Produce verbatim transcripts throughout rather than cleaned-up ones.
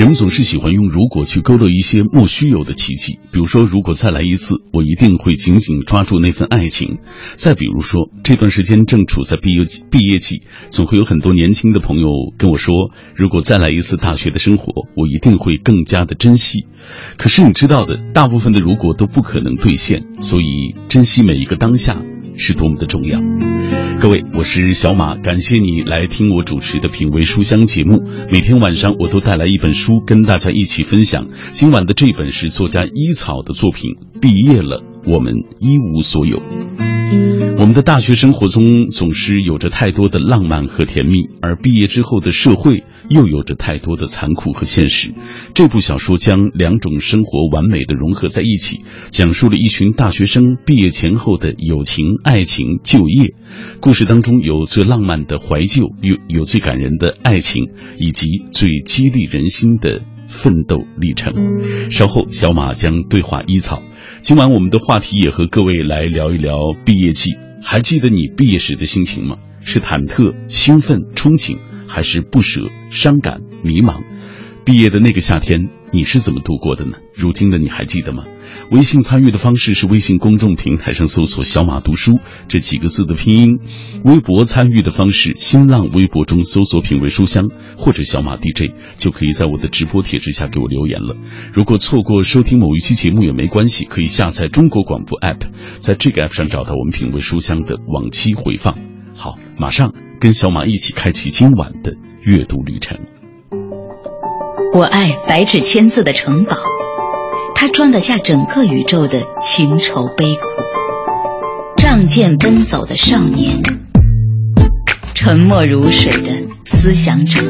人们总是喜欢用如果去勾勒一些莫须有的奇迹，比如说如果再来一次，我一定会紧紧抓住那份爱情。再比如说这段时间正处在毕业毕业季，总会有很多年轻的朋友跟我说，如果再来一次大学的生活，我一定会更加的珍惜。可是你知道的，大部分的如果都不可能兑现，所以珍惜每一个当下是多么的重要。各位，我是小马，感谢你来听我主持的品味书香节目。每天晚上我都带来一本书跟大家一起分享。今晚的这本是作家伊草的作品《毕业了，我们一无所有》。我们的大学生活中总是有着太多的浪漫和甜蜜，而毕业之后的社会又有着太多的残酷和现实。这部小说将两种生活完美的融合在一起，讲述了一群大学生毕业前后的友情、爱情、就业。故事当中有最浪漫的怀旧，有有最感人的爱情，以及最激励人心的奋斗历程。稍后小马将对话伊草。今晚我们的话题也和各位来聊一聊毕业季。还记得你毕业时的心情吗？是忐忑、兴奋、憧憬，还是不舍、伤感、迷茫？毕业的那个夏天你是怎么度过的呢？如今的你还记得吗？微信参与的方式是微信公众平台上搜索小马读书这几个字的拼音，微博参与的方式新浪微博中搜索品味书香或者小马 D J， 就可以在我的直播帖之下给我留言了。如果错过收听某一期节目也没关系，可以下载中国广播 app， 在这个 app 上找到我们品味书香的往期回放。好，马上跟小马一起开启今晚的阅读旅程。 我爱白纸千字的城堡，它装得下整个宇宙的情愁悲苦。仗剑奔走的少年，沉默如水的思想者，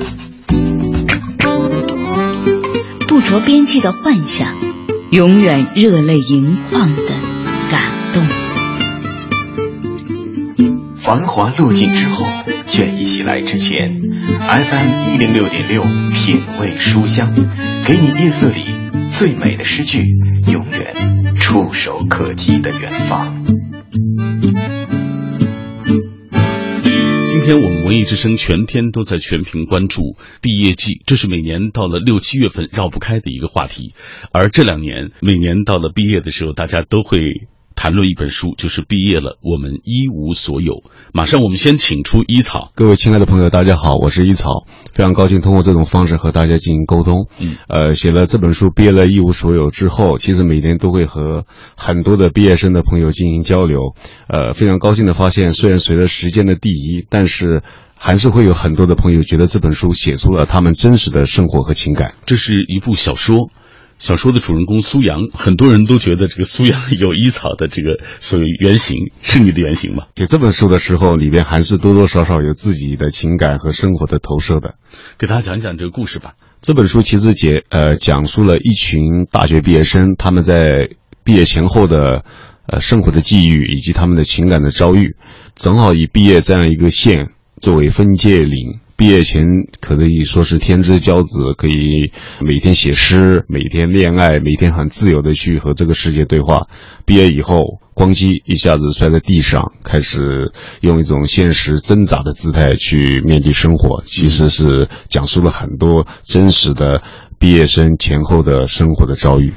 不着边际的幻想，永远热泪盈眶的感动。 繁华落尽之后，倦意袭来之前， F M 一零六点六品味书香，给你夜色里最美的诗句，永远触手可及的远方。 今天我们文艺之声全天都在全屏关注毕业季，这是每年到了六七月份绕不开的一个话题。而这两年每年到了毕业的时候，大家都会谈论一本书，就是毕业了，我们一无所有。马上我们先请出伊草。 各位亲爱的朋友，大家好，我是伊草，非常高兴通过这种方式和大家进行沟通。嗯，呃，写了这本书《毕业了一无所有》之后，其实每年都会和很多的毕业生的朋友进行交流。呃，非常高兴的发现，虽然随着时间的递移，但是还是会有很多的朋友觉得这本书写出了他们真实的生活和情感。 这是一部小说。小说的主人公苏阳，很多人都觉得这个苏阳有伊草的这个所谓原型，是你的原型吗？ 写这本书的时候，里边还是多多少少有自己的情感和生活的投射的。 给大家讲讲这个故事吧。 这本书其实解呃讲述了一群大学毕业生他们在毕业前后的呃生活的际遇以及他们的情感的遭遇，正好以毕业这样一个线作为分界岭。毕业前可以说是天之骄子，可以每天写诗，每天恋爱，每天很自由的去和这个世界对话。毕业以后，咣叽一下子摔在地上，开始用一种现实挣扎的姿态去面对生活，其实是讲述了很多真实的毕业生前后的生活的遭遇。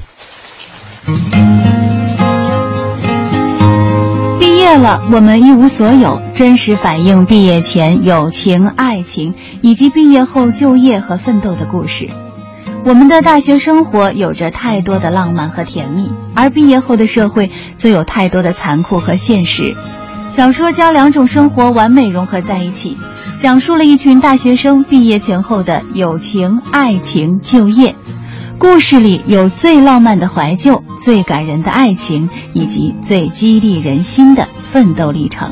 毕业了，我们一无所有，真实反映毕业前友情、爱情以及毕业后就业和奋斗的故事。我们的大学生活有着太多的浪漫和甜蜜，而毕业后的社会则有太多的残酷和现实。小说将两种生活完美融合在一起，讲述了一群大学生毕业前后的友情、爱情、就业。故事里有最浪漫的怀旧，最感人的爱情，以及最激励人心的奋斗历程。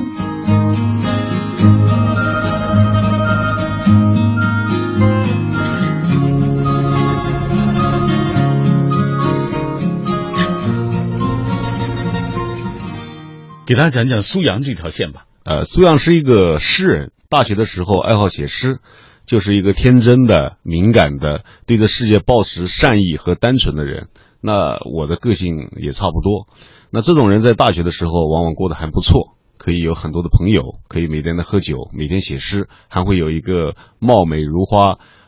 给大家讲讲苏阳这条线吧。 呃，苏阳是一个诗人，大学的时候爱好写诗，就是一个天真的、敏感的，对着世界抱持善意和单纯的人。那我的个性也差不多。那这种人在大学的时候往往过得还不错，可以有很多的朋友，可以每天的喝酒，每天写诗，还会有一个貌美如花、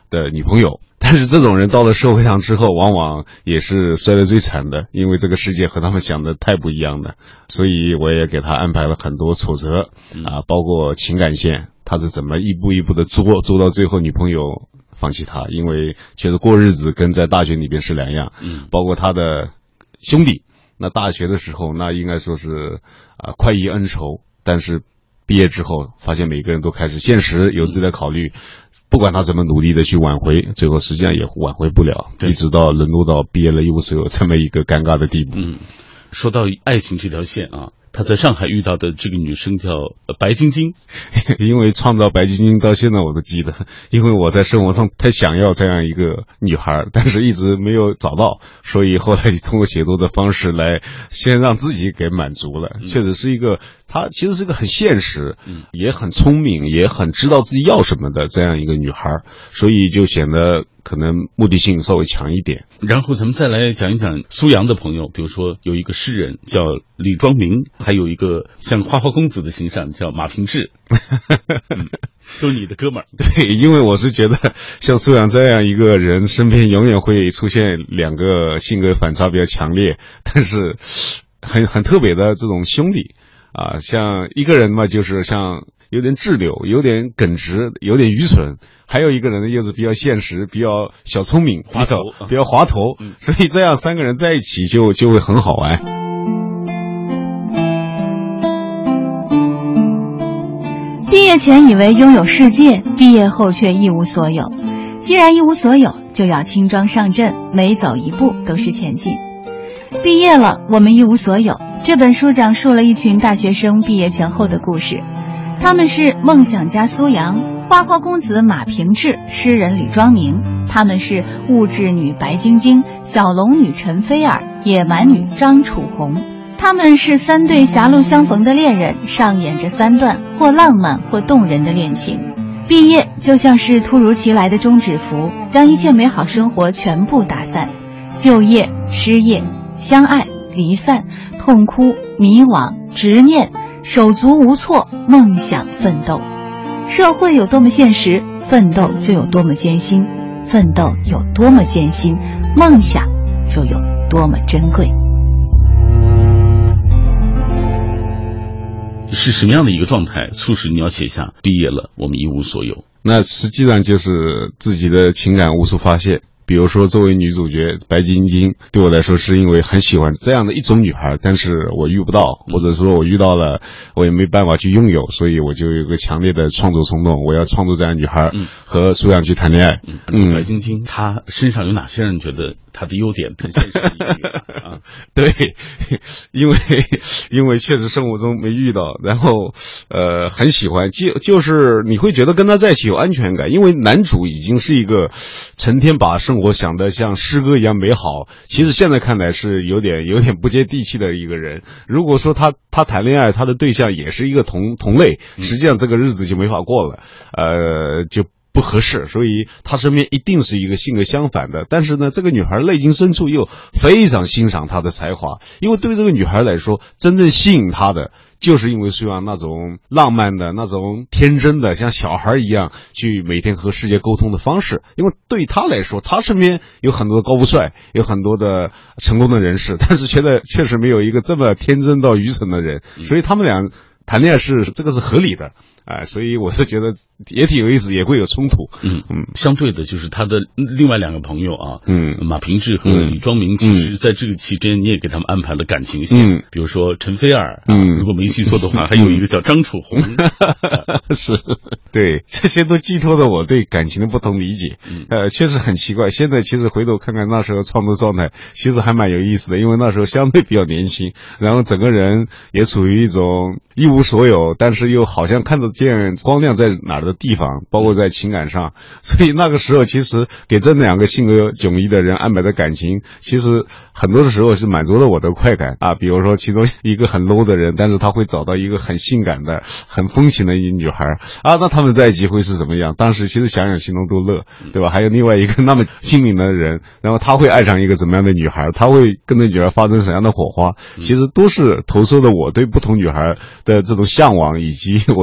的女朋友。但是这种人到了社会上之后，往往也是摔得最惨的，因为这个世界和他们想的太不一样了。所以我也给他安排了很多挫折啊，包括情感线，他是怎么一步一步的作，作到最后女朋友放弃他，因为觉得过日子跟在大学里边是两样。嗯，包括他的兄弟，那大学的时候那应该说是啊快意恩仇，但是毕业之后发现每个人都开始现实有自己的考虑，不管他怎么努力的去挽回，最后实际上也挽回不了，一直到沦落到毕业了一无所有这么一个尴尬的地步。 嗯，说到爱情这条线啊，他在上海遇到的这个女生叫白晶晶。 因为创造白晶晶到现在我都记得，因为我在生活中太想要这样一个女孩，但是一直没有找到，所以后来通过写作的方式来先让自己给满足了。嗯、确实是一个，她其实是一个很现实，嗯，也很聪明，也很知道自己要什么的这样一个女孩，所以就显得可能目的性稍微强一点。 然后咱们再来讲一讲苏阳的朋友，比如说有一个诗人叫李庄明，还有一个像花花公子的形象叫马平志。嗯，都是你的哥们儿。 对，因为我是觉得像苏阳这样一个人身边永远会出现两个性格反差比较强烈但是很很特别的这种兄弟啊，像一个人嘛就是像有点智溜，有点耿直，有点愚蠢，还有一个人呢又是比较现实，比较小聪明， 滑头比较比较滑头、嗯、所以这样三个人在一起就就会很好玩。 毕业前以为拥有世界，毕业后却一无所有。既然一无所有，就要轻装上阵，每走一步都是前进。毕业了，我们一无所有。这本书讲述了一群大学生毕业前后的故事，他们是梦想家苏阳、花花公子马平志、诗人李庄明，他们是物质女白晶晶、小龙女陈菲儿、野蛮女张楚红。他们是三对狭路相逢的恋人，上演着三段或浪漫或动人的恋情。毕业就像是突如其来的终止符，将一切美好生活全部打散。就业、失业、相爱、离散、痛哭、迷惘、执念、手足无措、梦想、奋斗。社会有多么现实，奋斗就有多么艰辛；奋斗有多么艰辛，梦想就有多么珍贵。 是什么样的一个状态促使你要写下毕业了我们一无所有？ 那实际上就是自己的情感无处发泄。比如说作为女主角白晶晶，对我来说是因为很喜欢这样的一种女孩，但是我遇不到，或者说我遇到了我也没办法去拥有，所以我就有一个强烈的创作冲动，我要创作这样的女孩，嗯、和苏阳去谈恋爱。 嗯，嗯白晶晶她身上有哪些人觉得她的优点很现实的啊？ 对，因为因为确实生活中没遇到，然后呃很喜欢，就就是你会觉得跟她在一起有安全感，因为男主已经是一个成天把生活想得像诗歌一样美好，其实现在看来是有点有点不接地气的一个人。如果说他他谈恋爱，他的对象也是一个同同类，实际上这个日子就没法过了，呃，就不合适，所以他身边一定是一个性格相反的。但是呢，这个女孩内心深处又非常欣赏她的才华，因为对这个女孩来说，真正吸引她的就是因为苏阳那种浪漫的、那种天真的，像小孩一样去每天和世界沟通的方式。因为对他来说，他身边有很多的高富帅，有很多的成功的人士，但是觉得确实没有一个这么天真到愚蠢的人，所以他们俩谈恋爱是这个是合理的。哎，所以我是觉得也挺有意思，也会有冲突。 嗯嗯，相对的就是他的另外两个朋友啊，嗯，马平志和李庄明，其实在这个期间你也给他们安排了感情线，嗯，比如说陈菲儿，嗯，如果没记错的话，还有一个叫张楚红， 是，对，这些都寄托了我对感情的不同理解。呃，确实很奇怪，现在其实回头看看那时候创作状态，其实还蛮有意思的，因为那时候相对比较年轻，然后整个人也处于一种一无所有，但是又好像看到见光亮在哪儿的地方，包括在情感上，所以那个时候其实给这两个性格迥异的人安排的感情，其实很多的时候是满足了我的快感啊。比如说其中一个很 low 的人，但是他会找到一个很性感的、很风情的一女孩啊，那他们在一起会是怎么样？当时其实想想心中都乐，对吧？还有另外一个那么精明的人，然后他会爱上一个怎么样的女孩？他会跟那女孩发生什么样的火花？其实都是投射了我对不同女孩的这种向往，以及我对不同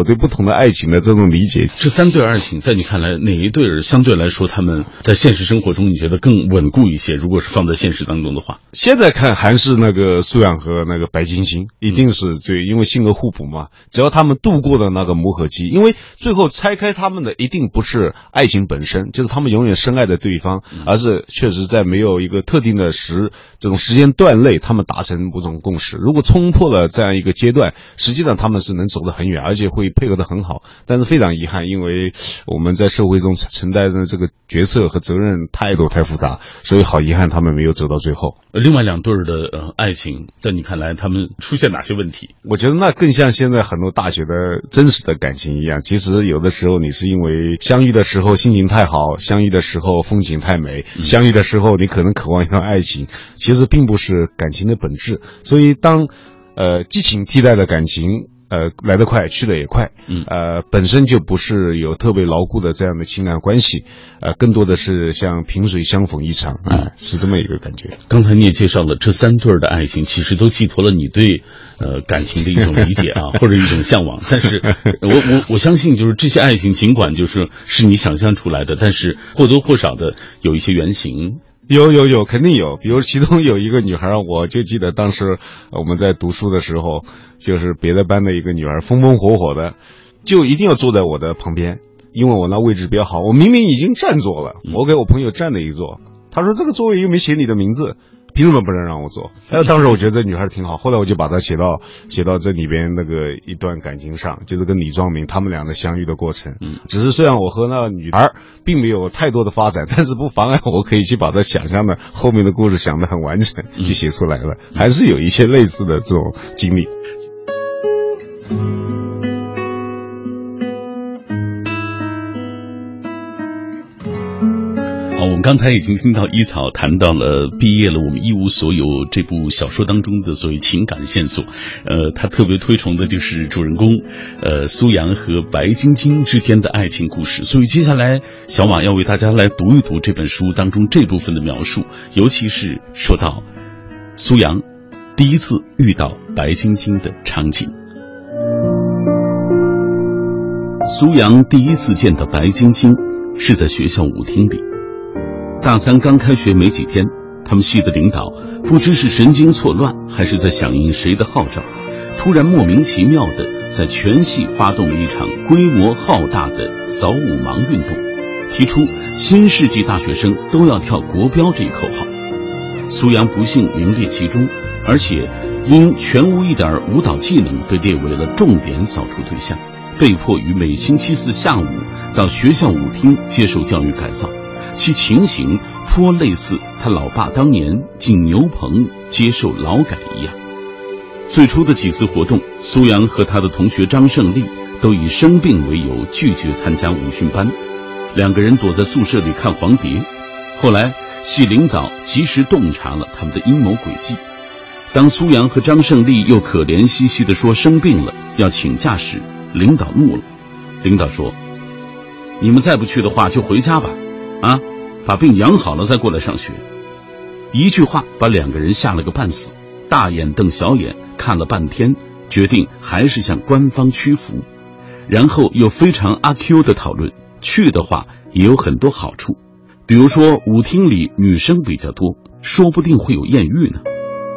的爱情的这种理解。 这三对爱情在你看来哪一对相对来说他们在现实生活中你觉得更稳固一些，如果是放在现实当中的话？ 现在看还是那个苏阳和那个白晶晶，一定是最，因为性格互补嘛，只要他们度过了那个磨合期，因为最后拆开他们的一定不是爱情本身，就是他们永远深爱的对方，而是确实在没有一个特定的时这种时间段内他们达成某种共识，如果冲破了这样一个阶段，实际上他们是能走得很远，而且会配合得很好。但是非常遗憾，因为我们在社会中承担的这个角色和责任太多太复杂，所以好遗憾他们没有走到最后。 另外两对的呃爱情，在你看来他们出现哪些问题？ 我觉得那更像现在很多大学的真实的感情一样，其实有的时候你是因为相遇的时候心情太好，相遇的时候风景太美，嗯、相遇的时候你可能渴望一段爱情，其实并不是感情的本质。所以当呃激情替代的感情呃来得快去得也快，嗯呃本身就不是有特别牢固的这样的情感关系，呃更多的是像萍水相逢一场啊、呃，是这么一个感觉。 刚才你也介绍了这三对的爱情，其实都寄托了你对呃感情的一种理解啊，或者一种向往。但是我我我相信，就是这些爱情，尽管就是是你想象出来的，但是或多或少的有一些原型。 有有有，肯定有。比如其中有一个女孩，我就记得当时我们在读书的时候，就是别的班的一个女孩，风风火火的，就一定要坐在我的旁边，因为我那位置比较好。我明明已经占座了，我给我朋友占了一座，他说这个座位又没写你的名字，凭什么不能让我坐？哎，当时我觉得女孩挺好，后来我就把她写到写到这里边那个一段感情上，就是跟李庄明他们俩的相遇的过程。嗯，只是虽然我和那个女孩并没有太多的发展，但是不妨碍我可以去把她想象的后面的故事想得很完整，就写出来了，还是有一些类似的这种经历。 我们刚才已经听到一草谈到了毕业了我们一无所有这部小说当中的所谓情感线索，呃，他特别推崇的就是主人公呃苏阳和白晶晶之间的爱情故事。所以接下来小马要为大家来读一读这本书当中这部分的描述，尤其是说到苏阳第一次遇到白晶晶的场景。苏阳第一次见到白晶晶是在学校舞厅里。大三刚开学没几天，他们系的领导不知是神经错乱还是在响应谁的号召，突然莫名其妙地在全系发动了一场规模浩大的扫舞盲运动，提出新世纪大学生都要跳国标这一口号。苏阳不幸名列其中，而且因全无一点舞蹈技能被列为了重点扫除对象，被迫于每星期四下午到学校舞厅接受教育改造。其情形颇类似他老爸当年进牛棚接受劳改一样。最初的几次活动，苏阳和他的同学张胜利都以生病为由拒绝参加舞训班，两个人躲在宿舍里看黄碟。后来系领导及时洞察了他们的阴谋诡计，当苏阳和张胜利又可怜兮兮地说生病了要请假时，领导怒了。领导说，你们再不去的话就回家吧，啊，把病养好了再过来上学。一句话把两个人吓了个半死，大眼瞪小眼看了半天，决定还是向官方屈服。然后又非常阿 Q 的讨论，去的话也有很多好处，比如说舞厅里女生比较多，说不定会有艳遇呢。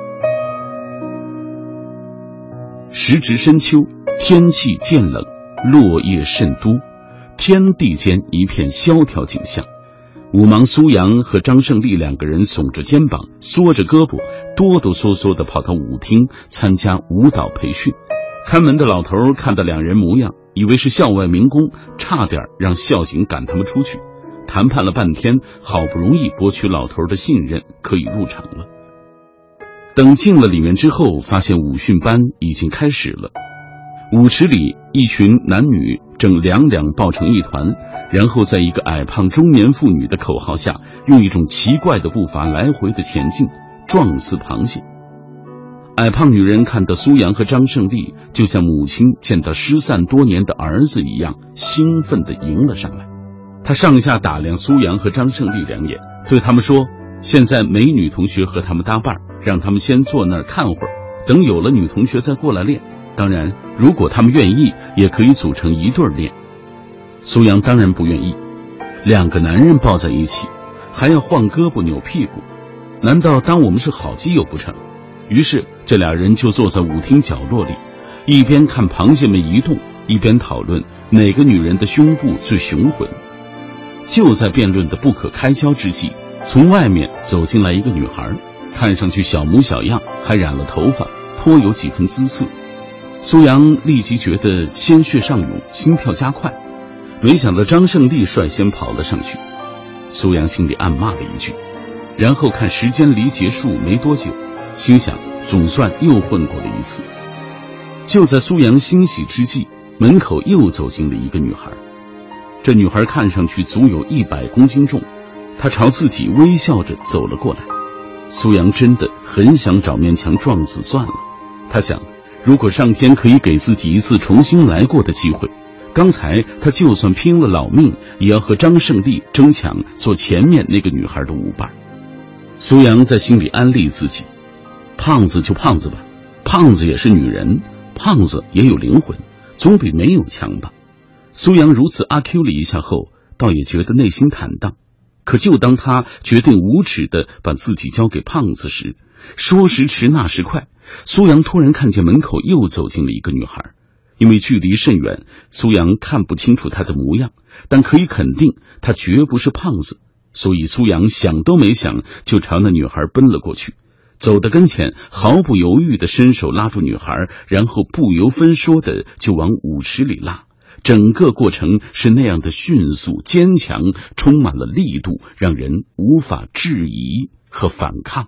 时值深秋，天气渐冷，落叶甚多，天地间一片萧条景象。舞盲苏阳和张胜利两个人耸着肩膀，缩着胳膊，哆哆嗦嗦地跑到舞厅参加舞蹈培训。看门的老头看到两人模样，以为是校外民工，差点让校警赶他们出去。谈判了半天，好不容易博取老头的信任，可以入场了。等进了里面之后，发现舞训班已经开始了。舞池里一群男女正两两抱成一团，然后在一个矮胖中年妇女的口号下，用一种奇怪的步伐来回的前进，状似螃蟹。矮胖女人看到苏阳和张胜利，就像母亲见到失散多年的儿子一样，兴奋地迎了上来。她上下打量苏阳和张胜利两眼，对他们说，现在没女同学和他们搭伴，让他们先坐那儿看会儿，等有了女同学再过来练。 当然，如果他们愿意，也可以组成一对恋。苏阳当然不愿意，两个男人抱在一起，还要晃胳膊扭屁股，难道当我们是好基友不成？于是这俩人就坐在舞厅角落里，一边看螃蟹们移动，一边讨论哪个女人的胸部最雄浑。就在辩论的不可开交之际，从外面走进来一个女孩，看上去小模小样，还染了头发，颇有几分姿色。苏阳立即觉得鲜血上涌，心跳加快，没想到张胜利率先跑了上去。苏阳心里暗骂了一句，然后看时间离结束没多久，心想总算又混过了一次。就在苏阳欣喜之际，门口又走进了一个女孩。这女孩看上去足有一百公斤重，她朝自己微笑着走了过来。苏阳真的很想找面墙撞死算了。他想，如果上天可以给自己一次重新来过的机会，刚才他就算拼了老命，也要和张胜利争抢做前面那个女孩的舞伴。苏阳在心里安利自己，胖子就胖子吧，胖子也是女人，胖子也有灵魂，总比没有强吧。苏阳如此阿 Q 了一下后，倒也觉得内心坦荡。可就当他决定无耻地把自己交给胖子时，说时迟那时快，苏阳突然看见门口又走进了一个女孩。因为距离甚远，苏阳看不清楚她的模样，但可以肯定她绝不是胖子，所以苏阳想都没想就朝那女孩奔了过去，走到跟前，毫不犹豫地伸手拉住女孩，然后不由分说地就往舞池里拉。整个过程是那样的迅速坚强，充满了力度，让人无法质疑和反抗。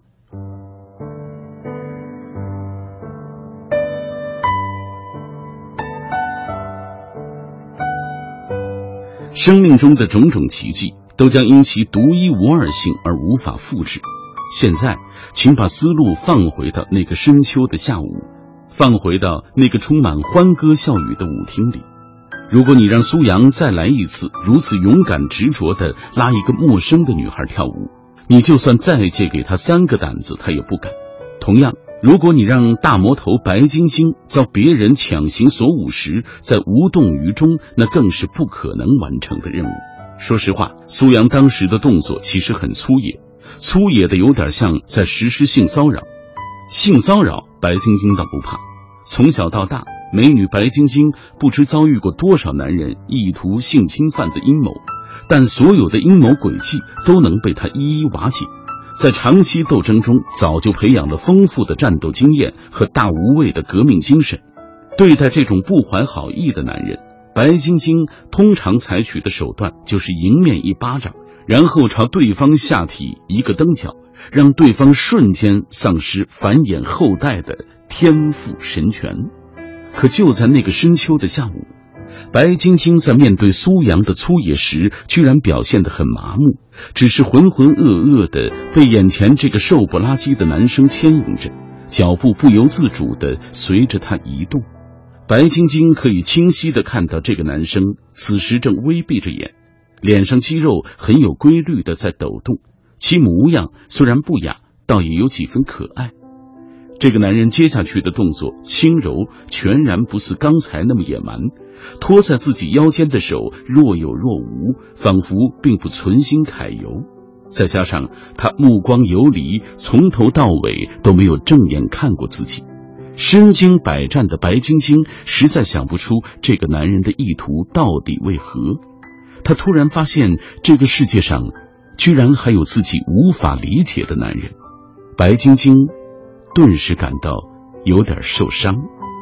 生命中的种种奇迹都将因其独一无二性而无法复制。现在请把思路放回到那个深秋的下午，放回到那个充满欢歌笑语的舞厅里。如果你让苏阳再来一次如此勇敢执着地拉一个陌生的女孩跳舞，你就算再借给他三个胆子他也不敢。同样，如果你让大魔头白晶晶教别人强行锁舞时在无动于衷，那更是不可能完成的任务。说实话，苏阳当时的动作其实很粗野，粗野的有点像在实施性骚扰。性骚扰白晶晶倒不怕，从小到大美女白晶晶不知遭遇过多少男人意图性侵犯的阴谋，但所有的阴谋诡计都能被她一一瓦解。在长期斗争中早就培养了丰富的战斗经验和大无畏的革命精神。对待这种不怀好意的男人，白晶晶通常采取的手段就是迎面一巴掌，然后朝对方下体一个蹬脚，让对方瞬间丧失繁衍后代的天赋神权。可就在那个深秋的下午，白晶晶在面对苏阳的粗野时，居然表现得很麻木，只是浑浑噩噩地被眼前这个瘦不拉几的男生牵引着，脚步不由自主地随着他移动。白晶晶可以清晰地看到这个男生此时正微闭着眼，脸上肌肉很有规律地在抖动，其模样虽然不雅，倒也有几分可爱。这个男人接下去的动作轻柔，全然不似刚才那么野蛮，托在自己腰间的手若有若无，仿佛并不存心揩油。再加上他目光游离，从头到尾都没有正眼看过自己，身经百战的白晶晶实在想不出这个男人的意图到底为何。他突然发现这个世界上居然还有自己无法理解的男人。白晶晶顿时感到有点受伤。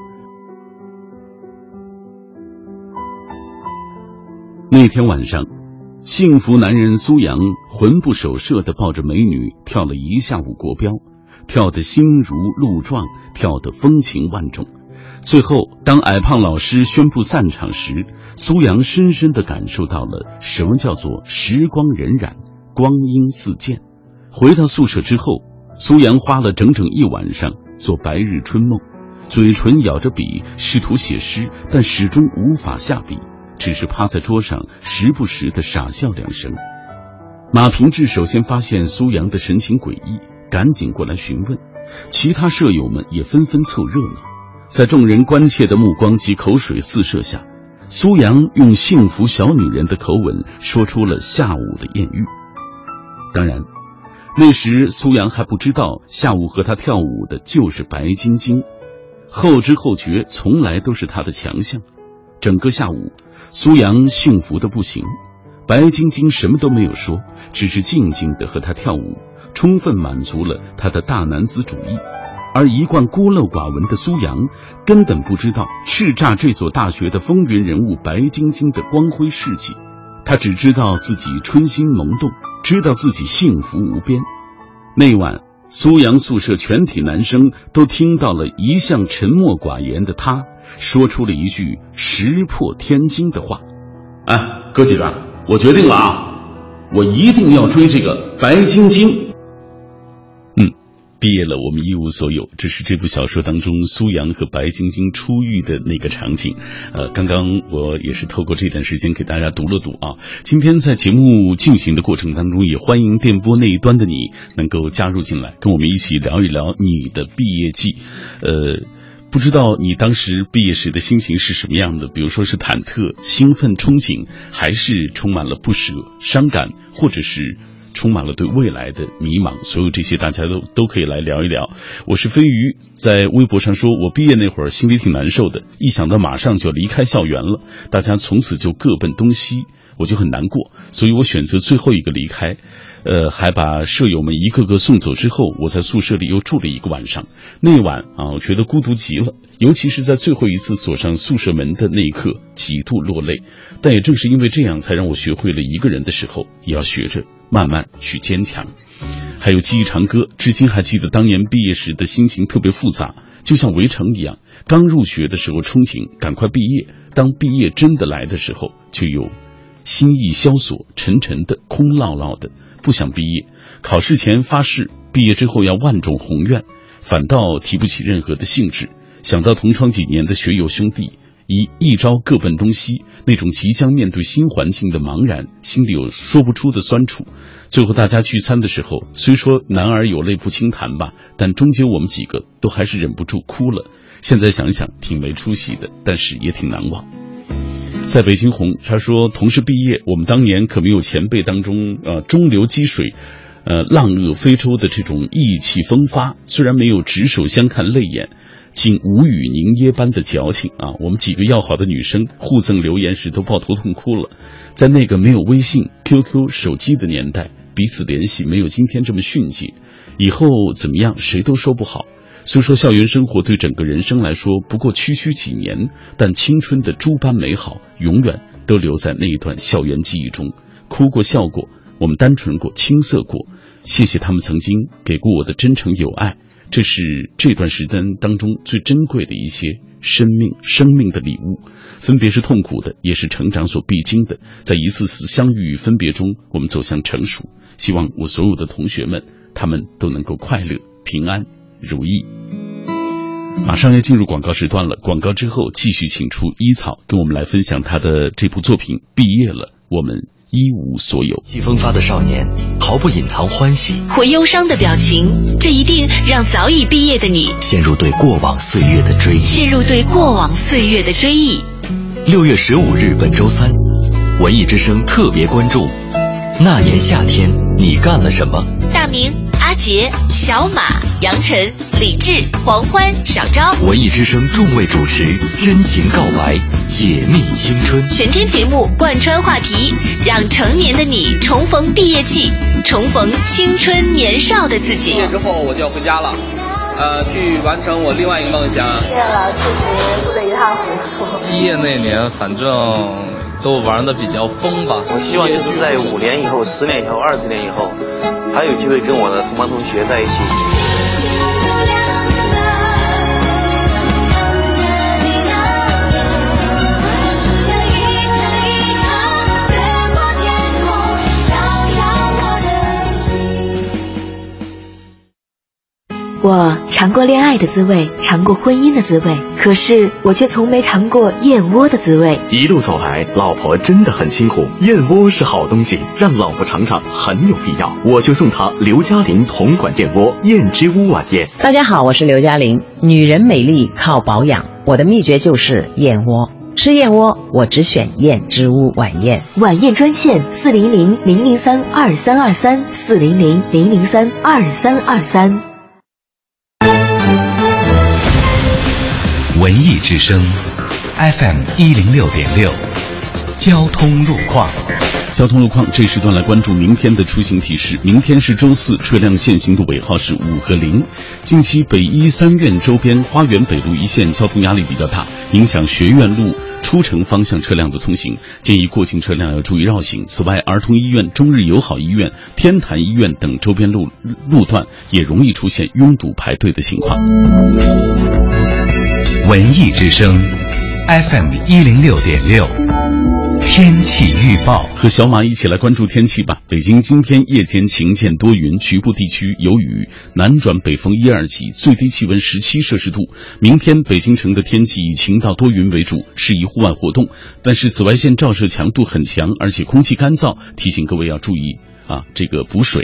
那天晚上，幸福男人苏阳魂不守舍地抱着美女跳了一下午国标，跳得心如鹿撞，跳得风情万种。最后当矮胖老师宣布散场时，苏阳深深地感受到了什么叫做时光荏苒，光阴似箭。回到宿舍之后，苏阳花了整整一晚上做白日春梦，嘴唇咬着笔试图写诗，但始终无法下笔，只是趴在桌上时不时地傻笑两声。马平志首先发现苏阳的神情诡异，赶紧过来询问，其他舍友们也纷纷凑热闹。 在众人关切的目光及口水四射下，苏阳用幸福小女人的口吻说出了下午的艳遇。当然，那时苏阳还不知道下午和他跳舞的就是白晶晶，后知后觉从来都是他的强项。整个下午，苏阳幸福的不行，白晶晶什么都没有说，只是静静地和他跳舞，充分满足了他的大男子主义。而一贯孤陋寡闻的苏阳根本不知道叱咤这所大学的风云人物白晶晶的光辉事迹，他只知道自己春心萌动，知道自己幸福无边。那晚，苏阳宿舍全体男生都听到了一向沉默寡言的他说出了一句石破天惊的话：哎，哥几个，我决定了啊，我一定要追这个白晶晶。嗯，毕业了，我们一无所有，这是这部小说当中苏阳和白晶晶初遇的那个场景。呃，刚刚我也是透过这段时间给大家读了读啊。今天在节目进行的过程当中，也欢迎电波那一端的你能够加入进来，跟我们一起聊一聊你的毕业季。呃，不知道你当时毕业时的心情是什么样的？比如说是忐忑、兴奋、憧憬，还是充满了不舍、伤感，或者是充满了对未来的迷茫？所有这些大家都都可以来聊一聊。我是飞鱼，在微博上说，我毕业那会儿心里挺难受的，一想到马上就要离开校园了，大家从此就各奔东西，我就很难过，所以我选择最后一个离开。呃，还把舍友们一个个送走之后，我在宿舍里又住了一个晚上。那晚啊，我觉得孤独极了，尤其是在最后一次锁上宿舍门的那一刻，几度落泪。但也正是因为这样，才让我学会了一个人的时候，也要学着慢慢去坚强。还有记忆长歌，至今还记得当年毕业时的心情特别复杂，就像围城一样，刚入学的时候憧憬赶快毕业，当毕业真的来的时候，就有心意萧索，沉沉的，空落落的，不想毕业。考试前发誓毕业之后要万种宏愿，反倒提不起任何的兴致。想到同窗几年的学友兄弟一一朝各奔东西，那种即将面对新环境的茫然，心里有说不出的酸楚。最后大家聚餐的时候，虽说男儿有泪不轻弹吧，但中间我们几个都还是忍不住哭了。现在想想挺没出息的，但是也挺难忘。在北京红，他说同是毕业，我们当年可没有前辈当中呃中流击水呃浪遏飞舟的这种意气风发，虽然没有执手相看泪眼，竟无语凝噎般的矫情啊！我们几个要好的女生互赠留言时都抱头痛哭了。在那个没有微信、Q Q、手机的年代，彼此联系没有今天这么迅捷，以后怎么样谁都说不好。虽说校园生活对整个人生来说不过区区几年，但青春的诸般美好永远都留在那一段校园记忆中。哭过笑过，我们单纯过，青涩过，谢谢他们曾经给过我的真诚友爱，这是这段时间当中最珍贵的一些生命生命的礼物。分别是痛苦的，也是成长所必经的，在一次次相遇与分别中，我们走向成熟。希望我所有的同学们，他们都能够快乐平安如意。马上要进入广告时段了，广告之后继续请出一草跟我们来分享他的这部作品《毕业了，我们一无所有》。 气风发的少年毫不隐藏欢喜或忧伤的表情，这一定让早已毕业的你陷入对过往岁月的追忆陷入对过往岁月的追忆。 六月十五日本周三，文艺之声特别关注那年夏天你干了什么。 大明、阿杰、小马、杨晨、李志、黄欢、小昭， 文艺之声众位主持真情告白，解密青春。 全天节目贯穿话题，让成年的你重逢毕业季，重逢青春年少的自己。 毕业之后我就要回家了，呃，去完成我另外一个梦想。 毕业了，确实哭得一塌糊涂。 毕业那年，反正都玩得比较疯吧。 我希望就是在五年以后、十年以后、二十年以后，还有机会跟我的同班同学在一起。 我我尝过恋爱的滋味，尝过婚姻的滋味，可是我却从没尝过燕窝的滋味。 一路走来，老婆真的很辛苦，燕窝是好东西，让老婆尝尝很有必要。我就送她刘嘉玲同款燕窝燕之屋晚宴。 大家好，我是刘嘉玲。女人美丽靠保养，我的秘诀就是燕窝。吃燕窝，我只选燕之屋晚宴。 晚宴专线四零零零零三二三二三四零零零零三二三二三。 文艺之声 F M 一零六点六，交通路况。 交通路况这时段来关注明天的出行提示。明天是周四，车辆限行的尾号是五和零。近期北医三院周边花园北路一线交通压力比较大，影响学院路出城方向车辆的通行，建议过境车辆要注意绕行。此外，儿童医院、中日友好医院、天坛医院等周边路路段也容易出现拥堵排队的情况。 文艺之声 F M 一零六点六，天气预报。 和小马一起来关注天气吧。北京今天夜间晴见多云，局部地区有雨，南转北风一二级，最低气温十七摄氏度。明天北京城的天气以晴到多云为主，适宜户外活动，但是紫外线照射强度很强，而且空气干燥，提醒各位要注意啊，这个补水。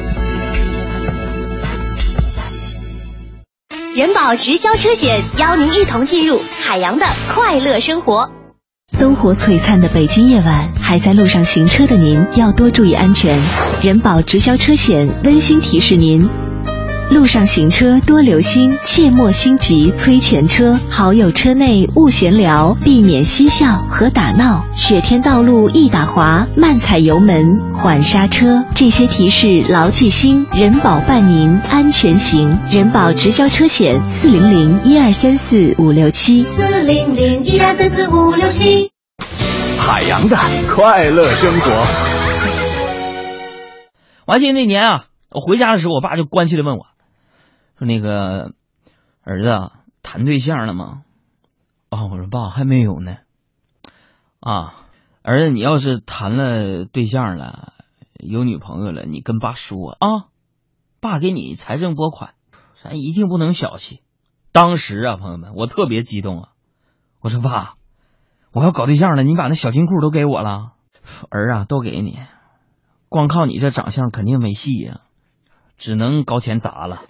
人保直销车险邀您一同进入海洋的快乐生活。 灯火璀璨的北京夜晚，还在路上行车的您要多注意安全。人保直销车险温馨提示您，路上行车多留心，切莫心急催前车，好友车内勿闲聊，避免嬉笑和打闹，雪天道路易打滑，慢踩油门，缓刹车，这些提示牢记心，人保伴您安全行。人保直销车险四零零一二三四五六七四零零一二三四五六七。 海洋的快乐生活。 我还记得那年啊，我回家的时候，我爸就关切地问我，说那个儿子谈对象了吗？哦，我说爸还没有呢。啊，儿子你要是谈了对象了，有女朋友了，你跟爸说啊，爸给你财政拨款，咱一定不能小气。当时啊，朋友们，我特别激动啊，我说爸，我要搞对象了，你把那小金库都给我了。儿啊，都给你，光靠你这长相肯定没戏呀、啊，只能高钱砸了。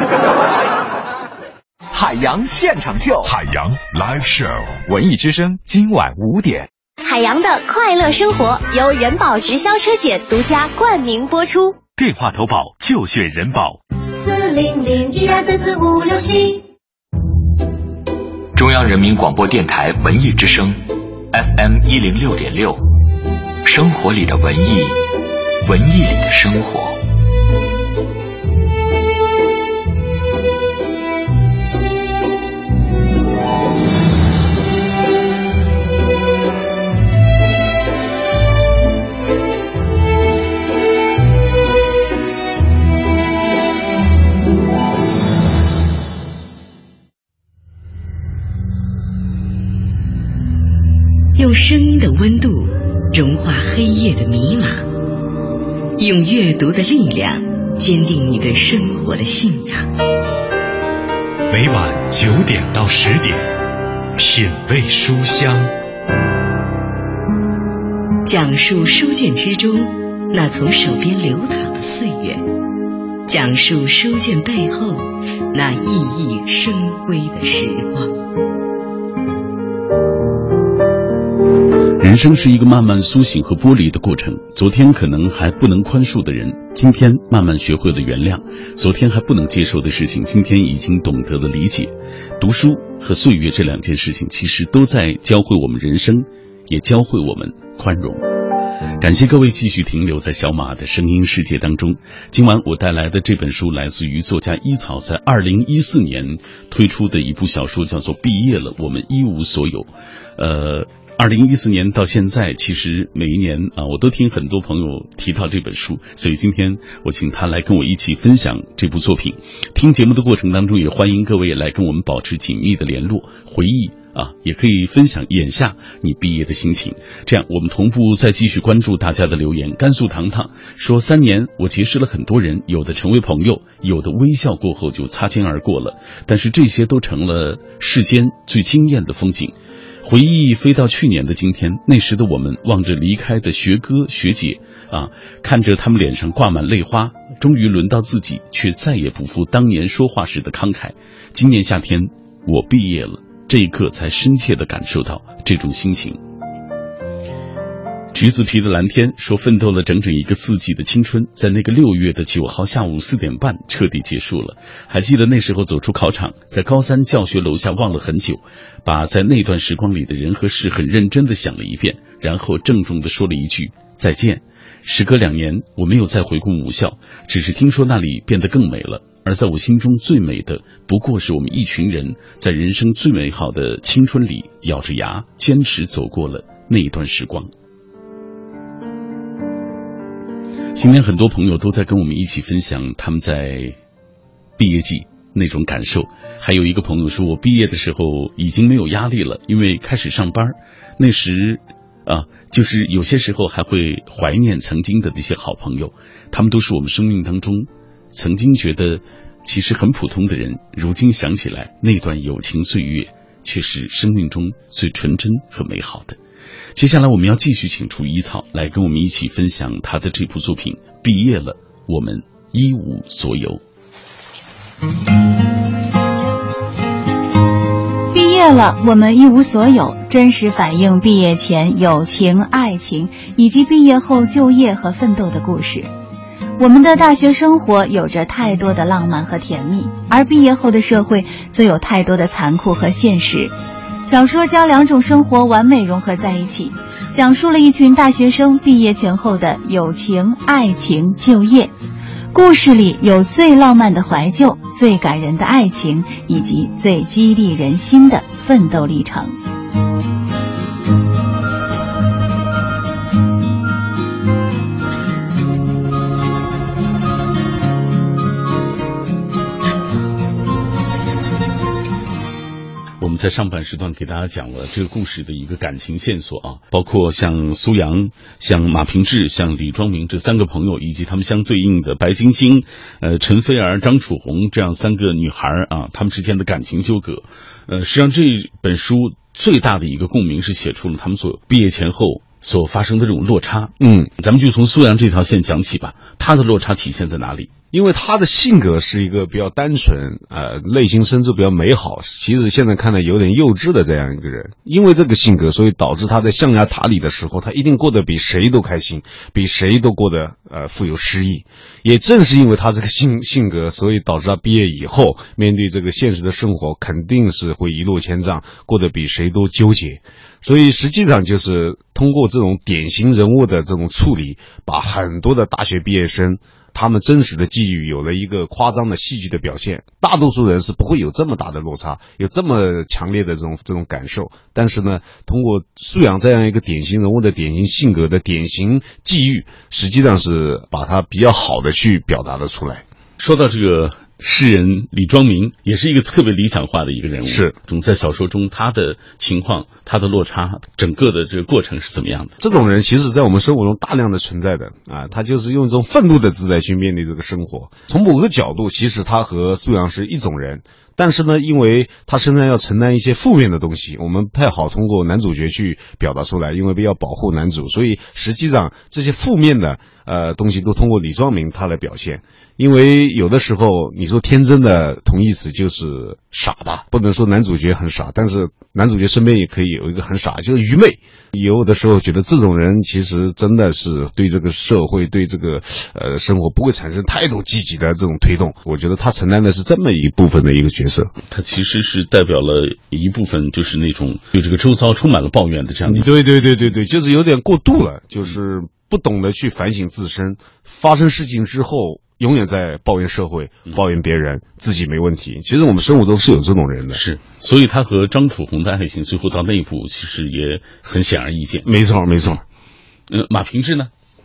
海洋现场秀， 海洋 Live Show， 文艺之声今晚五点。 海洋的快乐生活由人保直销车险独家冠名播出。 电话投保就选人保。 四零零一二三四五六七。 中央人民广播电台文艺之声 F M 一零六点六，生活里的文艺，文艺里的生活。 用声音的温度融化黑夜的迷茫，用阅读的力量坚定你对生活的信仰。 每晚九点到十点，品味书香， 讲述书卷之中那从手边流淌的岁月，讲述书卷背后那熠熠生辉的时光。 人生是一个慢慢苏醒和剥离的过程，昨天可能还不能宽恕的人，今天慢慢学会了原谅；昨天还不能接受的事情，今天已经懂得了理解。读书和岁月这两件事情，其实都在教会我们人生，也教会我们宽容。感谢各位继续停留在小马的声音世界当中。今晚我带来的这本书来自于作家伊草在二零一四年推出的一部小说，叫做《毕业了，我们一无所有》。呃二零一四年到现在，其实每一年啊，我都听很多朋友提到这本书，所以今天我请他来跟我一起分享这部作品。听节目的过程当中，也欢迎各位来跟我们保持紧密的联络，回忆啊，也可以分享眼下你毕业的心情。这样我们同步再继续关注大家的留言。甘肃糖糖说，三年我结识了很多人，有的成为朋友，有的微笑过后就擦肩而过了，但是这些都成了世间最惊艳的风景。回忆飞到去年的今天，那时的我们望着离开的学哥学姐啊，看着他们脸上挂满泪花，终于轮到自己，却再也不复当年说话时的慷慨。今年夏天我毕业了，这一刻才深切地感受到这种心情。橘子皮的蓝天说，奋斗了整整一个四季的青春，在那个六月的九号下午四点半彻底结束了。还记得那时候走出考场，在高三教学楼下望了很久，把在那段时光里的人和事很认真地想了一遍，然后郑重地说了一句再见。时隔两年，我没有再回过母校，只是听说那里变得更美了。而在我心中最美的，不过是我们一群人在人生最美好的青春里，咬着牙坚持走过了那一段时光。今天很多朋友都在跟我们一起分享他们在毕业季那种感受。还有一个朋友说，我毕业的时候已经没有压力了，因为开始上班，那时啊，就是有些时候还会怀念曾经的那些好朋友，他们都是我们生命当中曾经觉得其实很普通的人，如今想起来那段友情岁月却是生命中最纯真和美好的。接下来我们要继续请出一草来跟我们一起分享他的这部作品《毕业了，我们一无所有》。 毕业了，我们一无所有，真实反映毕业前友情、爱情以及毕业后就业和奋斗的故事。我们的大学生活有着太多的浪漫和甜蜜，而毕业后的社会则有太多的残酷和现实。小说将两种生活完美融合在一起，讲述了一群大学生毕业前后的友情、爱情、就业。故事里有最浪漫的怀旧，最感人的爱情，以及最激励人心的奋斗历程。 我们在上半时段给大家讲了这个故事的一个感情线索啊，包括像苏阳、像马平志、像李庄明这三个朋友，以及他们相对应的白晶晶、呃陈飞儿、张楚红这样三个女孩啊，他们之间的感情纠葛。呃，实际上这本书最大的一个共鸣是写出了他们所毕业前后所发生的这种落差。嗯，咱们就从苏阳这条线讲起吧，他的落差体现在哪里？ 因为他的性格是一个比较单纯，呃，内心深处比较美好，其实现在看来有点幼稚的这样一个人。因为这个性格，所以导致他在象牙塔里的时候，他一定过得比谁都开心，比谁都过得呃富有诗意。也正是因为他这个性性格，所以导致他毕业以后面对这个现实的生活，肯定是会一落千丈，过得比谁都纠结。所以实际上就是通过这种典型人物的这种处理，把很多的大学毕业生他们真实的际遇有了一个夸张的戏剧的表现。大多数人是不会有这么大的落差，有这么强烈的这种这种感受。但是呢，通过素养这样一个典型人物的典型性格的典型际遇，实际上是把它比较好的去表达了出来。 说到这个诗人李庄明，也是一个特别理想化的一个人物。是，总在小说中他的情况、他的落差，整个的这个过程是怎么样的？ 这种人其实在我们生活中大量的存在的啊，他就是用一种愤怒的姿态去面对这个生活。从某个角度，其实他和素阳是一种人。但是呢，因为他身上要承担一些负面的东西，我们不太好通过男主角去表达出来，因为要保护男主，所以实际上这些负面的呃东西都通过李庄明他来表现。因为有的时候你说天真的同义词就是傻吧，不能说男主角很傻，但是男主角身边也可以有一个很傻，就是愚昧。有的时候觉得这种人其实真的是对这个社会、对这个呃生活不会产生太多积极的这种推动。我觉得他承担的是这么一部分的一个角色。 他其实是代表了一部分，就是那种对这个周遭充满了抱怨的这样的。 对对对对对，就是有点过度了，就是不懂得去反省自身，发生事情之后永远在抱怨社会、抱怨别人，自己没问题。其实我们生活中是有这种人的。 是，所以他和张楚红的爱情最后到那一步，其实也很显而易见。 没错没错。 呃，马平志呢？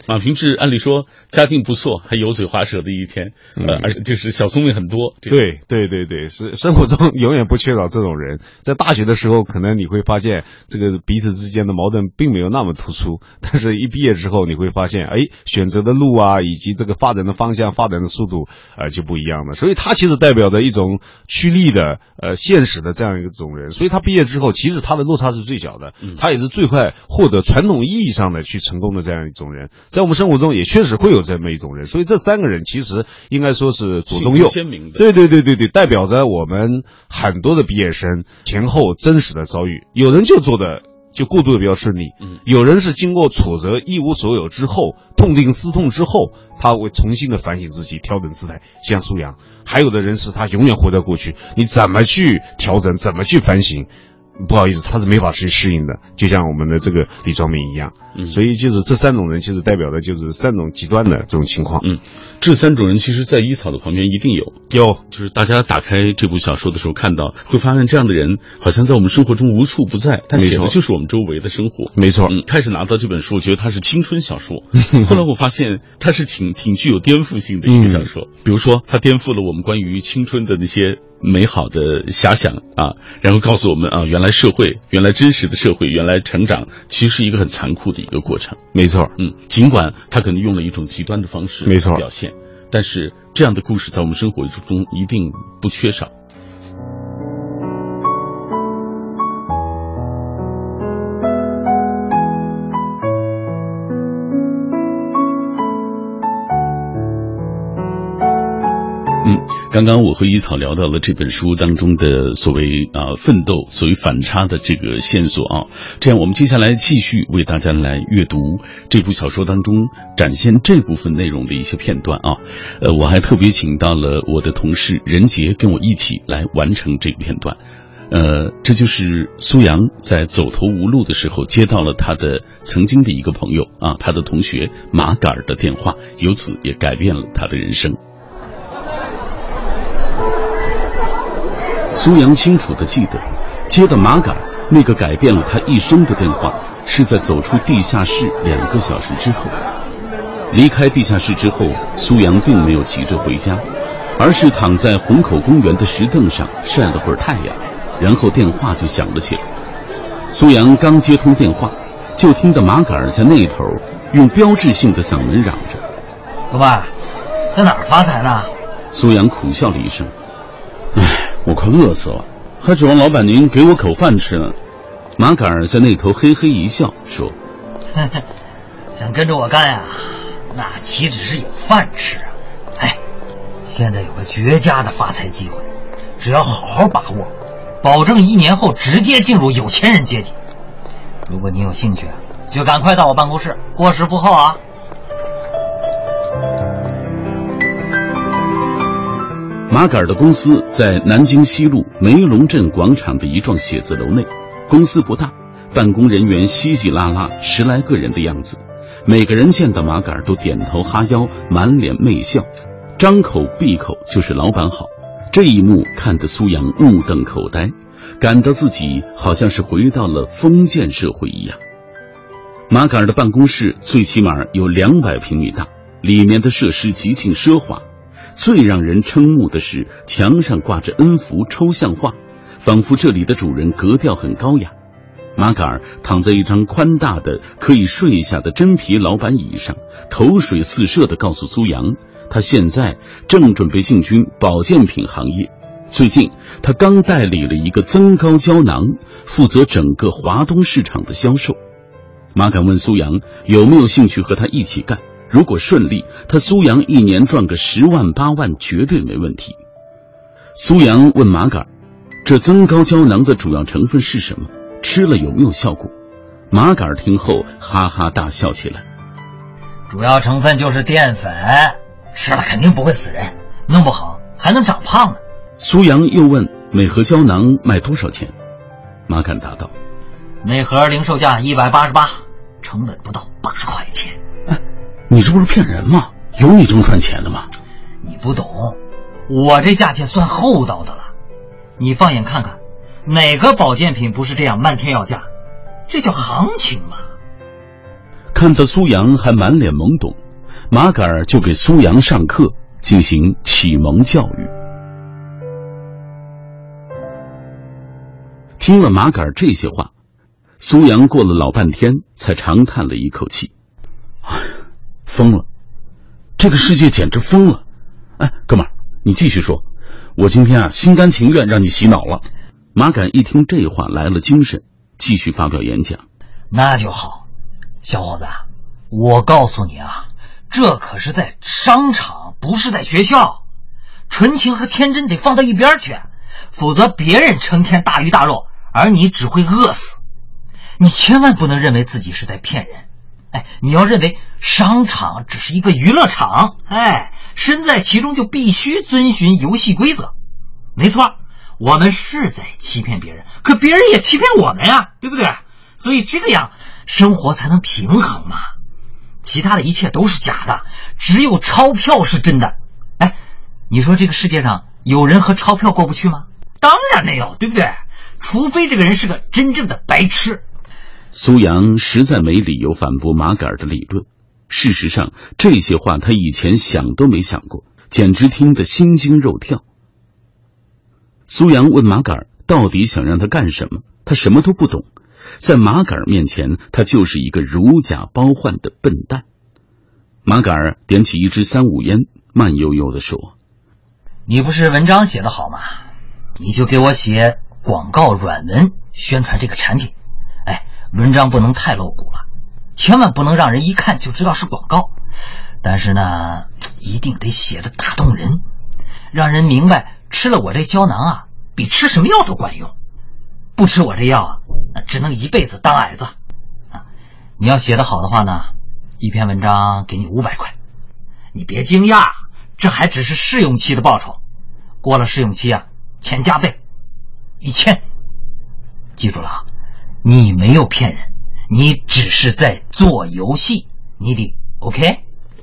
马平志按理说家境不错，还油嘴滑舌的一天，呃，而且就是小聪明很多。 对对对对，是生活中永远不缺少这种人。在大学的时候，可能你会发现这个彼此之间的矛盾并没有那么突出，但是一毕业之后，你会发现，哎，选择的路啊，以及这个发展的方向、发展的速度，呃，就不一样了。所以他其实代表着一种趋利的、呃，现实的这样一种人。所以他毕业之后，其实他的落差是最小的， 嗯、 他也是最快获得传统意义上的去成功的这样一种人。在我们生活中也确实会有这么一种人，所以这三个人其实应该说是左中右， 鲜明的。 对对对对对，代表着我们很多的毕业生前后真实的遭遇。有人就做的就过渡的比较顺利， 嗯， 有人是经过挫折一无所有之后，痛定思痛之后，他会重新的反省自己，调整姿态，像苏阳。还有的人是他永远活在过去，你怎么去调整，怎么去反省，不好意思，他是没法去适应的，就像我们的这个李庄明一样。 嗯， 所以就是这三种人，其实代表的就是三种极端的这种情况。 嗯，这三种人其实在一草的旁边一定有， 有， 就是大家打开这部小说的时候看到，会发现这样的人好像在我们生活中无处不在，他写的就是我们周围的生活。 没错。 嗯，开始拿到这本书，我觉得它是青春小说，后来我发现它是挺挺具有颠覆性的一个小说。嗯、比如说，它颠覆了我们关于青春的那些美好的遐想啊，然后告诉我们啊，原来社会，原来真实的社会，原来成长其实是一个很残酷的一个过程。 没错， 嗯，尽管他可能用了一种极端的方式没错表现，但是这样的故事在我们生活中一定不缺少。嗯，刚刚我和一草聊到了这本书当中的所谓啊、呃、奋斗，所谓反差的这个线索啊。这样，我们接下来继续为大家来阅读这部小说当中展现这部分内容的一些片段啊。呃，我还特别请到了我的同事任杰跟我一起来完成这个片段。呃，这就是苏阳在走投无路的时候接到了他的曾经的一个朋友啊，他的同学马杆儿的电话，由此也改变了他的人生。苏阳清楚地记得，接到马杆那个改变了他一生的电话，是在走出地下室两个小时之后。离开地下室之后，苏阳并没有急着回家，而是躺在虹口公园的石凳上晒了会儿太阳，然后电话就响了起来。苏阳刚接通电话，就听到马杆在那头用标志性的嗓门嚷着：“ 哥们儿，在哪儿发财呢？” 苏阳苦笑了一声：“唉，我快饿死了，还指望老板您给我口饭吃呢。”马杆儿在那头嘿嘿一笑说：“ 想跟着我干呀，那岂止是有饭吃啊！哎，现在有个绝佳的发财机会，只要好好把握，保证一年后直接进入有钱人阶级。如果你有兴趣，就赶快到我办公室，过时不候啊！” 马杆的公司在南京西路梅龙镇广场的一幢写字楼内，公司不大，办公人员稀稀拉拉十来个人的样子，每个人见到马杆都点头哈腰，满脸媚笑，张口闭口就是老板好。这一幕看得苏阳目瞪口呆，感到自己好像是回到了封建社会一样。马杆的办公室最起码有两百平米大，里面的设施极尽奢华。最让人瞠目的是，墙上挂着恩福抽象画，仿佛这里的主人格调很高雅。马杆儿躺在一张宽大的可以睡下的真皮老板椅上，口水四射地告诉苏阳，他现在正准备进军保健品行业。最近他刚代理了一个增高胶囊，负责整个华东市场的销售。马杆问苏阳有没有兴趣和他一起干，如果顺利，他苏阳一年赚个十万八万绝对没问题。苏阳问马杆，这增高胶囊的主要成分是什么？吃了有没有效果？马杆听后哈哈大笑起来。 主要成分就是淀粉，吃了肯定不会死人，弄不好还能长胖呢。 苏阳又问每盒胶囊卖多少钱？马杆答道， 每盒零售价一百八十八，成本不到八块钱。 你这不是骗人吗？有你这么赚钱的吗？ 你不懂，我这价钱算厚道的了。你放眼看看，哪个保健品不是这样漫天要价？这叫行情嘛。 看到苏阳还满脸懵懂，马杆儿就给苏阳上课，进行启蒙教育。听了马杆儿这些话，苏阳过了老半天才长叹了一口气：疯了，这个世界简直疯了。哎，哥们儿，你继续说，我今天啊心甘情愿让你洗脑了。马杆一听这话来了精神，继续发表演讲。 那就好，小伙子，我告诉你啊，这可是在商场，不是在学校。纯情和天真得放到一边去，否则别人成天大鱼大肉，而你只会饿死。你千万不能认为自己是在骗人，哎，你要认为商场只是一个娱乐场，哎，身在其中就必须遵循游戏规则。没错，我们是在欺骗别人，可别人也欺骗我们呀，对不对？所以这样生活才能平衡嘛。其他的一切都是假的，只有钞票是真的。哎，你说这个世界上有人和钞票过不去吗？当然没有，对不对？除非这个人是个真正的白痴。 苏阳实在没理由反驳马杆的理论。事实上，这些话他以前想都没想过，简直听得心惊肉跳。苏阳问马杆到底想让他干什么，他什么都不懂。在马杆面前，他就是一个如假包换的笨蛋。马杆点起一支三五烟，慢悠悠地说： 你不是文章写得好吗？你就给我写广告软文宣传这个产品。哎，文章不能太露骨了，千万不能让人一看就知道是广告，但是呢一定得写得打动人，让人明白吃了我这胶囊啊比吃什么药都管用，不吃我这药啊只能一辈子当矮子啊！你要写得好的话呢，一篇文章给你五百块。你别惊讶，这还只是试用期的报酬，过了试用期啊，钱加倍，一千。记住了啊，你没有骗人，你只是在做游戏，你得 OK。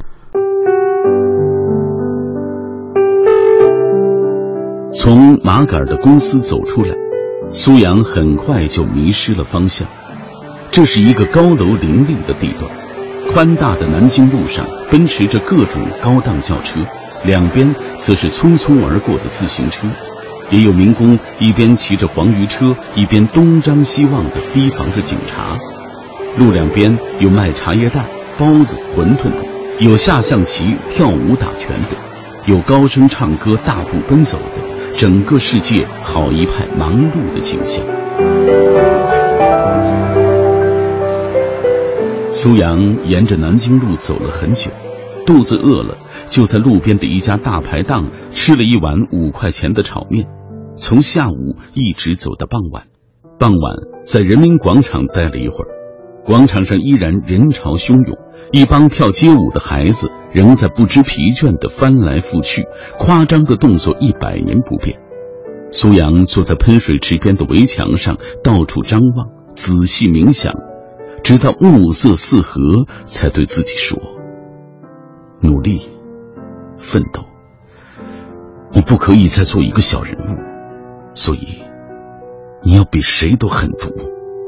从马杆的公司走出来，苏阳很快就迷失了方向。这是一个高楼林立的地段，宽大的南京路上奔驰着各种高档轿车，两边则是匆匆而过的自行车，也有民工一边骑着黄鱼车，一边东张西望地提防着警察。路两边有卖茶叶蛋、包子、馄饨的，有下象棋、跳舞、打拳的，有高声唱歌、大步奔走的。整个世界好一派忙碌的景象。苏阳沿着南京路走了很久，肚子饿了，就在路边的一家大排档吃了一碗五块钱的炒面，从下午一直走到傍晚。傍晚在人民广场待了一会儿，广场上依然人潮汹涌，一帮跳街舞的孩子仍在不知疲倦地翻来覆去，夸张的动作一百年不变。苏阳坐在喷水池边的围墙上，到处张望，仔细冥想，直到暮色四合，才对自己说：努力奋斗，你不可以再做一个小人物，所以你要比谁都狠毒。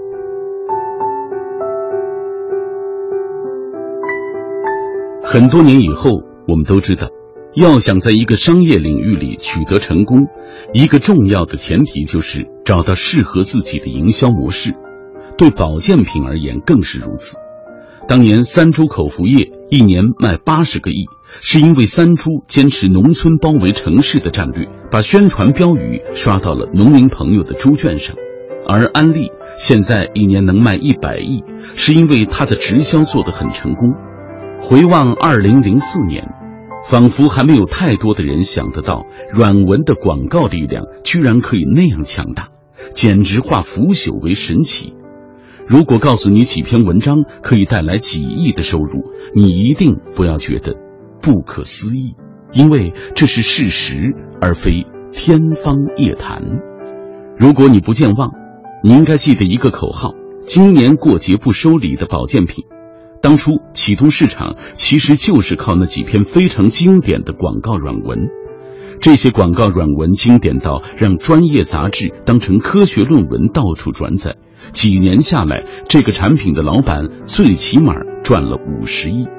很多年以后，我们都知道，要想在一个商业领域里取得成功，一个重要的前提就是找到适合自己的营销模式。对保健品而言更是如此。当年三株口服液一年卖八十个亿，是因为三株坚持农村包围城市的战略，把宣传标语刷到了农民朋友的猪圈上。而安利现在一年能卖一百亿，是因为它的直销做得很成功。回望二零零四年，仿佛还没有太多的人想得到，软文的广告力量居然可以那样强大，简直化腐朽为神奇。如果告诉你几篇文章可以带来几亿的收入，你一定不要觉得不可思议，因为这是事实，而非天方夜谭。如果你不健忘，你应该记得一个口号：今年过节不收礼的保健品。当初启动市场其实就是靠那几篇非常经典的广告软文，这些广告软文经典到让专业杂志当成科学论文到处转载， 几年下来，这个产品的老板最起码赚了五十亿。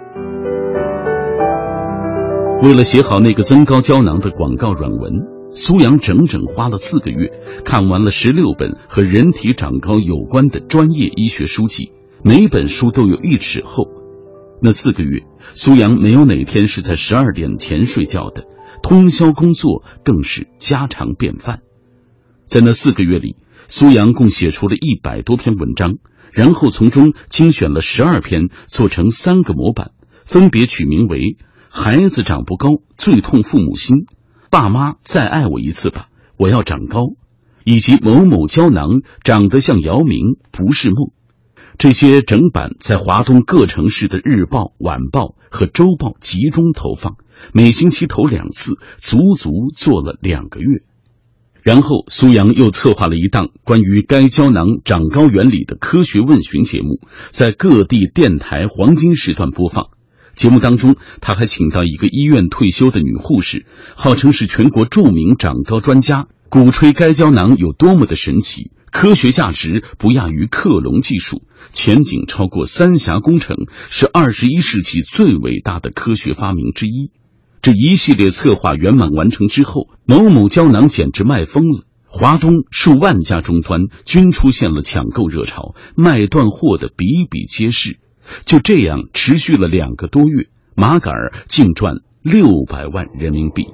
为了写好那个增高胶囊的广告软文，苏阳整整花了四个月，看完了十六本和人体长高有关的专业医学书籍，每本书都有一尺厚。那四个月，苏阳没有哪天是在十二点前睡觉的，通宵工作更是家常便饭。在那四个月里，苏阳共写出了一百多篇文章，然后从中精选了十二篇，做成三个模板，分别取名为孩子长不高，最痛父母心；爸妈再爱我一次吧，我要长高；以及某某胶囊长得像姚明，不是梦。这些整版在华东各城市的日报、晚报和周报集中投放，每星期投两次，足足做了两个月。然后苏阳又策划了一档关于该胶囊长高原理的科学问询节目，在各地电台黄金时段播放。节目当中，他还请到一个医院退休的女护士，号称是全国著名长高专家，鼓吹该胶囊有多么的神奇，科学价值不亚于克隆技术，前景超过三峡工程，是二十一世纪最伟大的科学发明之一。这一系列策划圆满完成之后，某某胶囊简直卖疯了，华东数万家终端均出现了抢购热潮，卖断货的比比皆是。就这样持续了两个多月，马嘎尔净赚六百万人民币。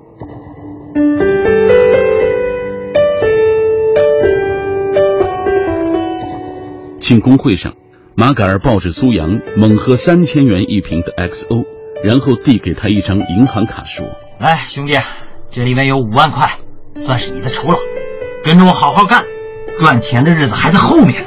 庆功会上，马嘎尔抱着苏阳猛喝三千元一瓶的 X O， 然后递给他一张银行卡说：“ 来，兄弟，这里面有五万块，算是你的酬劳，跟着我好好干，赚钱的日子还在后面呢。”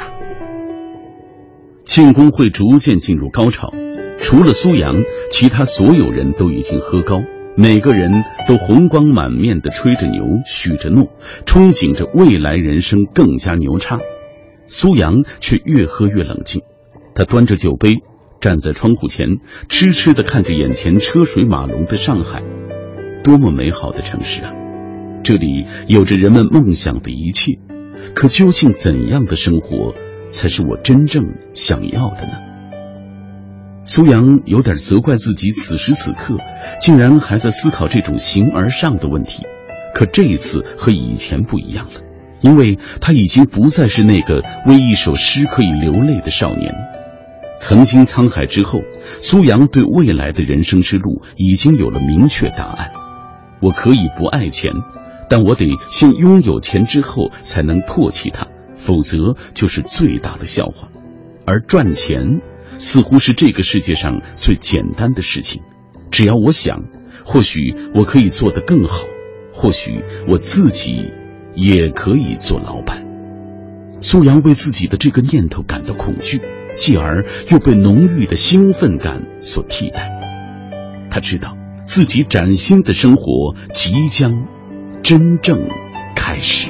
庆功会逐渐进入高潮，除了苏阳，其他所有人都已经喝高，每个人都红光满面地吹着牛，许着诺，憧憬着未来人生更加牛叉。苏阳却越喝越冷静，他端着酒杯站在窗户前，痴痴地看着眼前车水马龙的上海。多么美好的城市啊，这里有着人们梦想的一切，可究竟怎样的生活才是我真正想要的呢？苏阳有点责怪自己此时此刻竟然还在思考这种形而上的问题，可这一次和以前不一样了，因为他已经不再是那个为一首诗可以流泪的少年。曾经沧海之后，苏阳对未来的人生之路已经有了明确答案。我可以不爱钱，但我得先拥有钱之后才能唾弃它，否则就是最大的笑话。而赚钱似乎是这个世界上最简单的事情，只要我想，或许我可以做得更好，或许我自己也可以做老板。苏阳为自己的这个念头感到恐惧，继而又被浓郁的兴奋感所替代。他知道自己崭新的生活即将真正开始。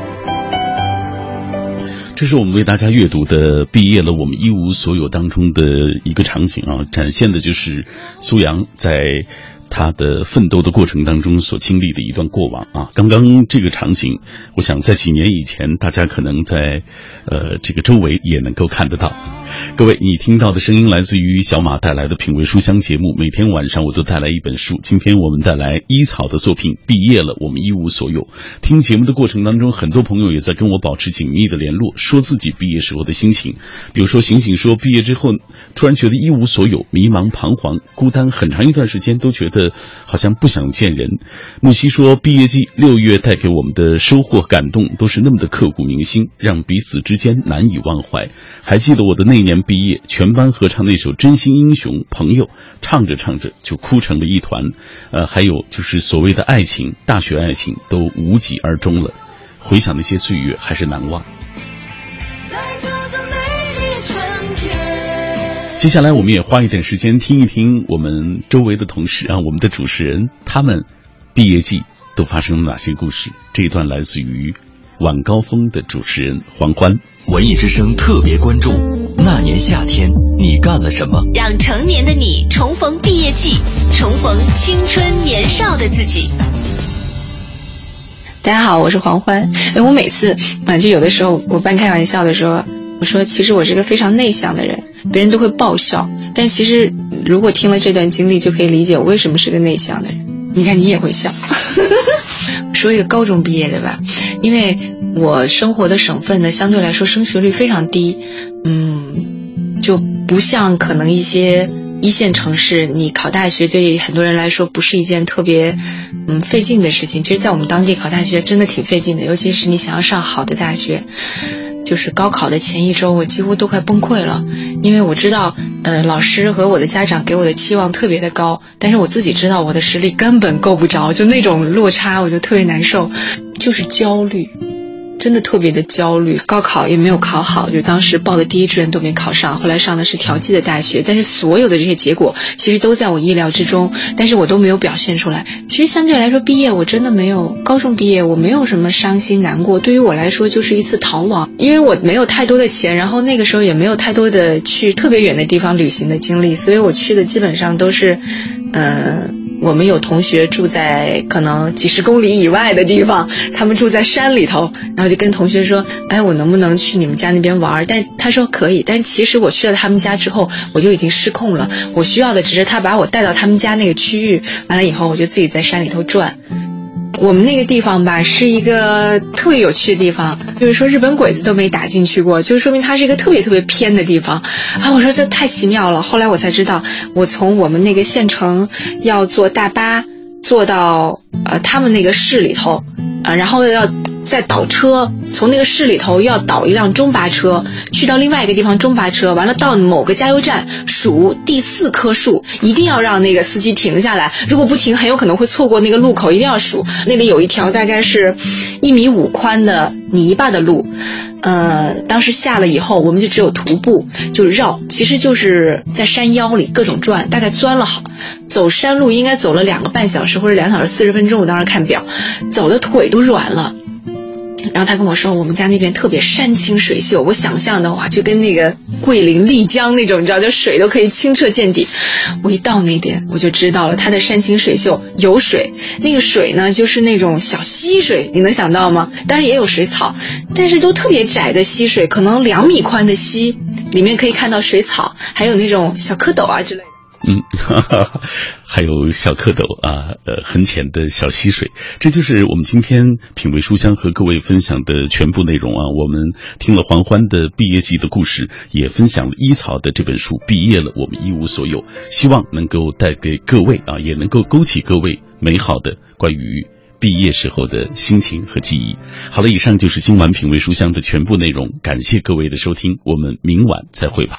这是我们为大家阅读的毕业了我们一无所有当中的一个场景啊，展现的就是苏阳在他的奋斗的过程当中所经历的一段过往啊。刚刚这个场景，我想在几年以前大家可能在呃这个周围也能够看得到。各位，你听到的声音来自于小马带来的品味书香节目，每天晚上我都带来一本书，今天我们带来伊草的作品《毕业了，我们一无所有》。听节目的过程当中，很多朋友也在跟我保持紧密的联络，说自己毕业时候的心情。比如说醒醒说，毕业之后突然觉得一无所有，迷茫彷徨孤单，很长一段时间都觉得好像不想见人。木西说，毕业季六月带给我们的收获感动都是那么的刻骨铭心，让彼此之间难以忘怀。还记得我的那年毕业，全班合唱那首《真心英雄》，朋友唱着唱着就哭成了一团。呃，还有就是所谓的爱情，大学爱情都无疾而终了。回想那些岁月，还是难忘。接下来我们也花一点时间听一听我们周围的同事啊，我们的主持人，他们毕业季都发生了哪些故事。这一段来自于晚高峰的主持人黄欢。 文艺之声特别关注，那年夏天你干了什么？ 让成年的你重逢毕业季，重逢青春年少的自己。 大家好，我是黄欢。我每次啊，就有的时候我半开玩笑的说， 我说其实我是个非常内向的人，别人都会爆笑，但其实如果听了这段经历就可以理解我为什么是个内向的人。你看你也会笑。说一个高中毕业的吧，因为我生活的省份呢相对来说升学率非常低，嗯，就不像可能一些一线城市，你考大学对很多人来说不是一件特别嗯费劲的事情。其实在我们当地考大学真的挺费劲的，尤其是你想要上好的大学。就是高考的前一周我几乎都快崩溃了，因为我知道呃，老师和我的家长给我的期望特别的高，但是我自己知道我的实力根本够不着，就那种落差我就特别难受，就是焦虑，真的特别的焦虑。高考也没有考好，就当时报的第一志愿都没考上，后来上的是调剂的大学，但是所有的这些结果其实都在我意料之中，但是我都没有表现出来。其实相对来说毕业我真的没有，高中毕业我没有什么伤心难过，对于我来说就是一次逃亡，因为我没有太多的钱，然后那个时候也没有太多的去特别远的地方旅行的经历，所以我去的基本上都是呃我们有同学住在可能几十公里以外的地方，他们住在山里头，然后就跟同学说，哎，我能不能去你们家那边玩？但他说可以，但是其实我去了他们家之后我就已经失控了，我需要的只是他把我带到他们家那个区域，完了以后我就自己在山里头转。我们那个地方吧是一个特别有趣的地方，就是说日本鬼子都没打进去过，就是说明它是一个特别特别偏的地方啊！我说这太奇妙了。后来我才知道，我从我们那个县城要坐大巴坐到呃他们那个市里头啊、呃，然后要再倒车，从那个市里头要倒一辆中巴车去到另外一个地方中巴车，完了到某个加油站数第四棵树，一定要让那个司机停下来，如果不停很有可能会错过那个路口，一定要数。那里有一条大概是一米五宽的泥巴的路，呃，当时下了以后我们就只有徒步就绕，其实就是在山腰里各种转，大概钻了好走山路应该走了两个半小时或者两小时四十分钟，我当时看表走的腿都软了。然后他跟我说我们家那边特别山清水秀，我想象的话就跟那个桂林丽江那种，你知道就水都可以清澈见底。我一到那边我就知道了，它的山清水秀有水，那个水呢就是那种小溪水，你能想到吗？当然也有水草，但是都特别窄的溪水，可能两米宽的溪里面可以看到水草，还有那种小蝌蚪啊之类的。 嗯，哈哈，还有小蝌蚪啊，呃，很浅的小溪水，这就是我们今天品味书香和各位分享的全部内容啊。我们听了黄欢的毕业季的故事，也分享了一草的这本书《毕业了，我们一无所有》，希望能够带给各位啊，也能够勾起各位美好的关于毕业时候的心情和记忆。好了，以上就是今晚品味书香的全部内容，感谢各位的收听，我们明晚再会吧。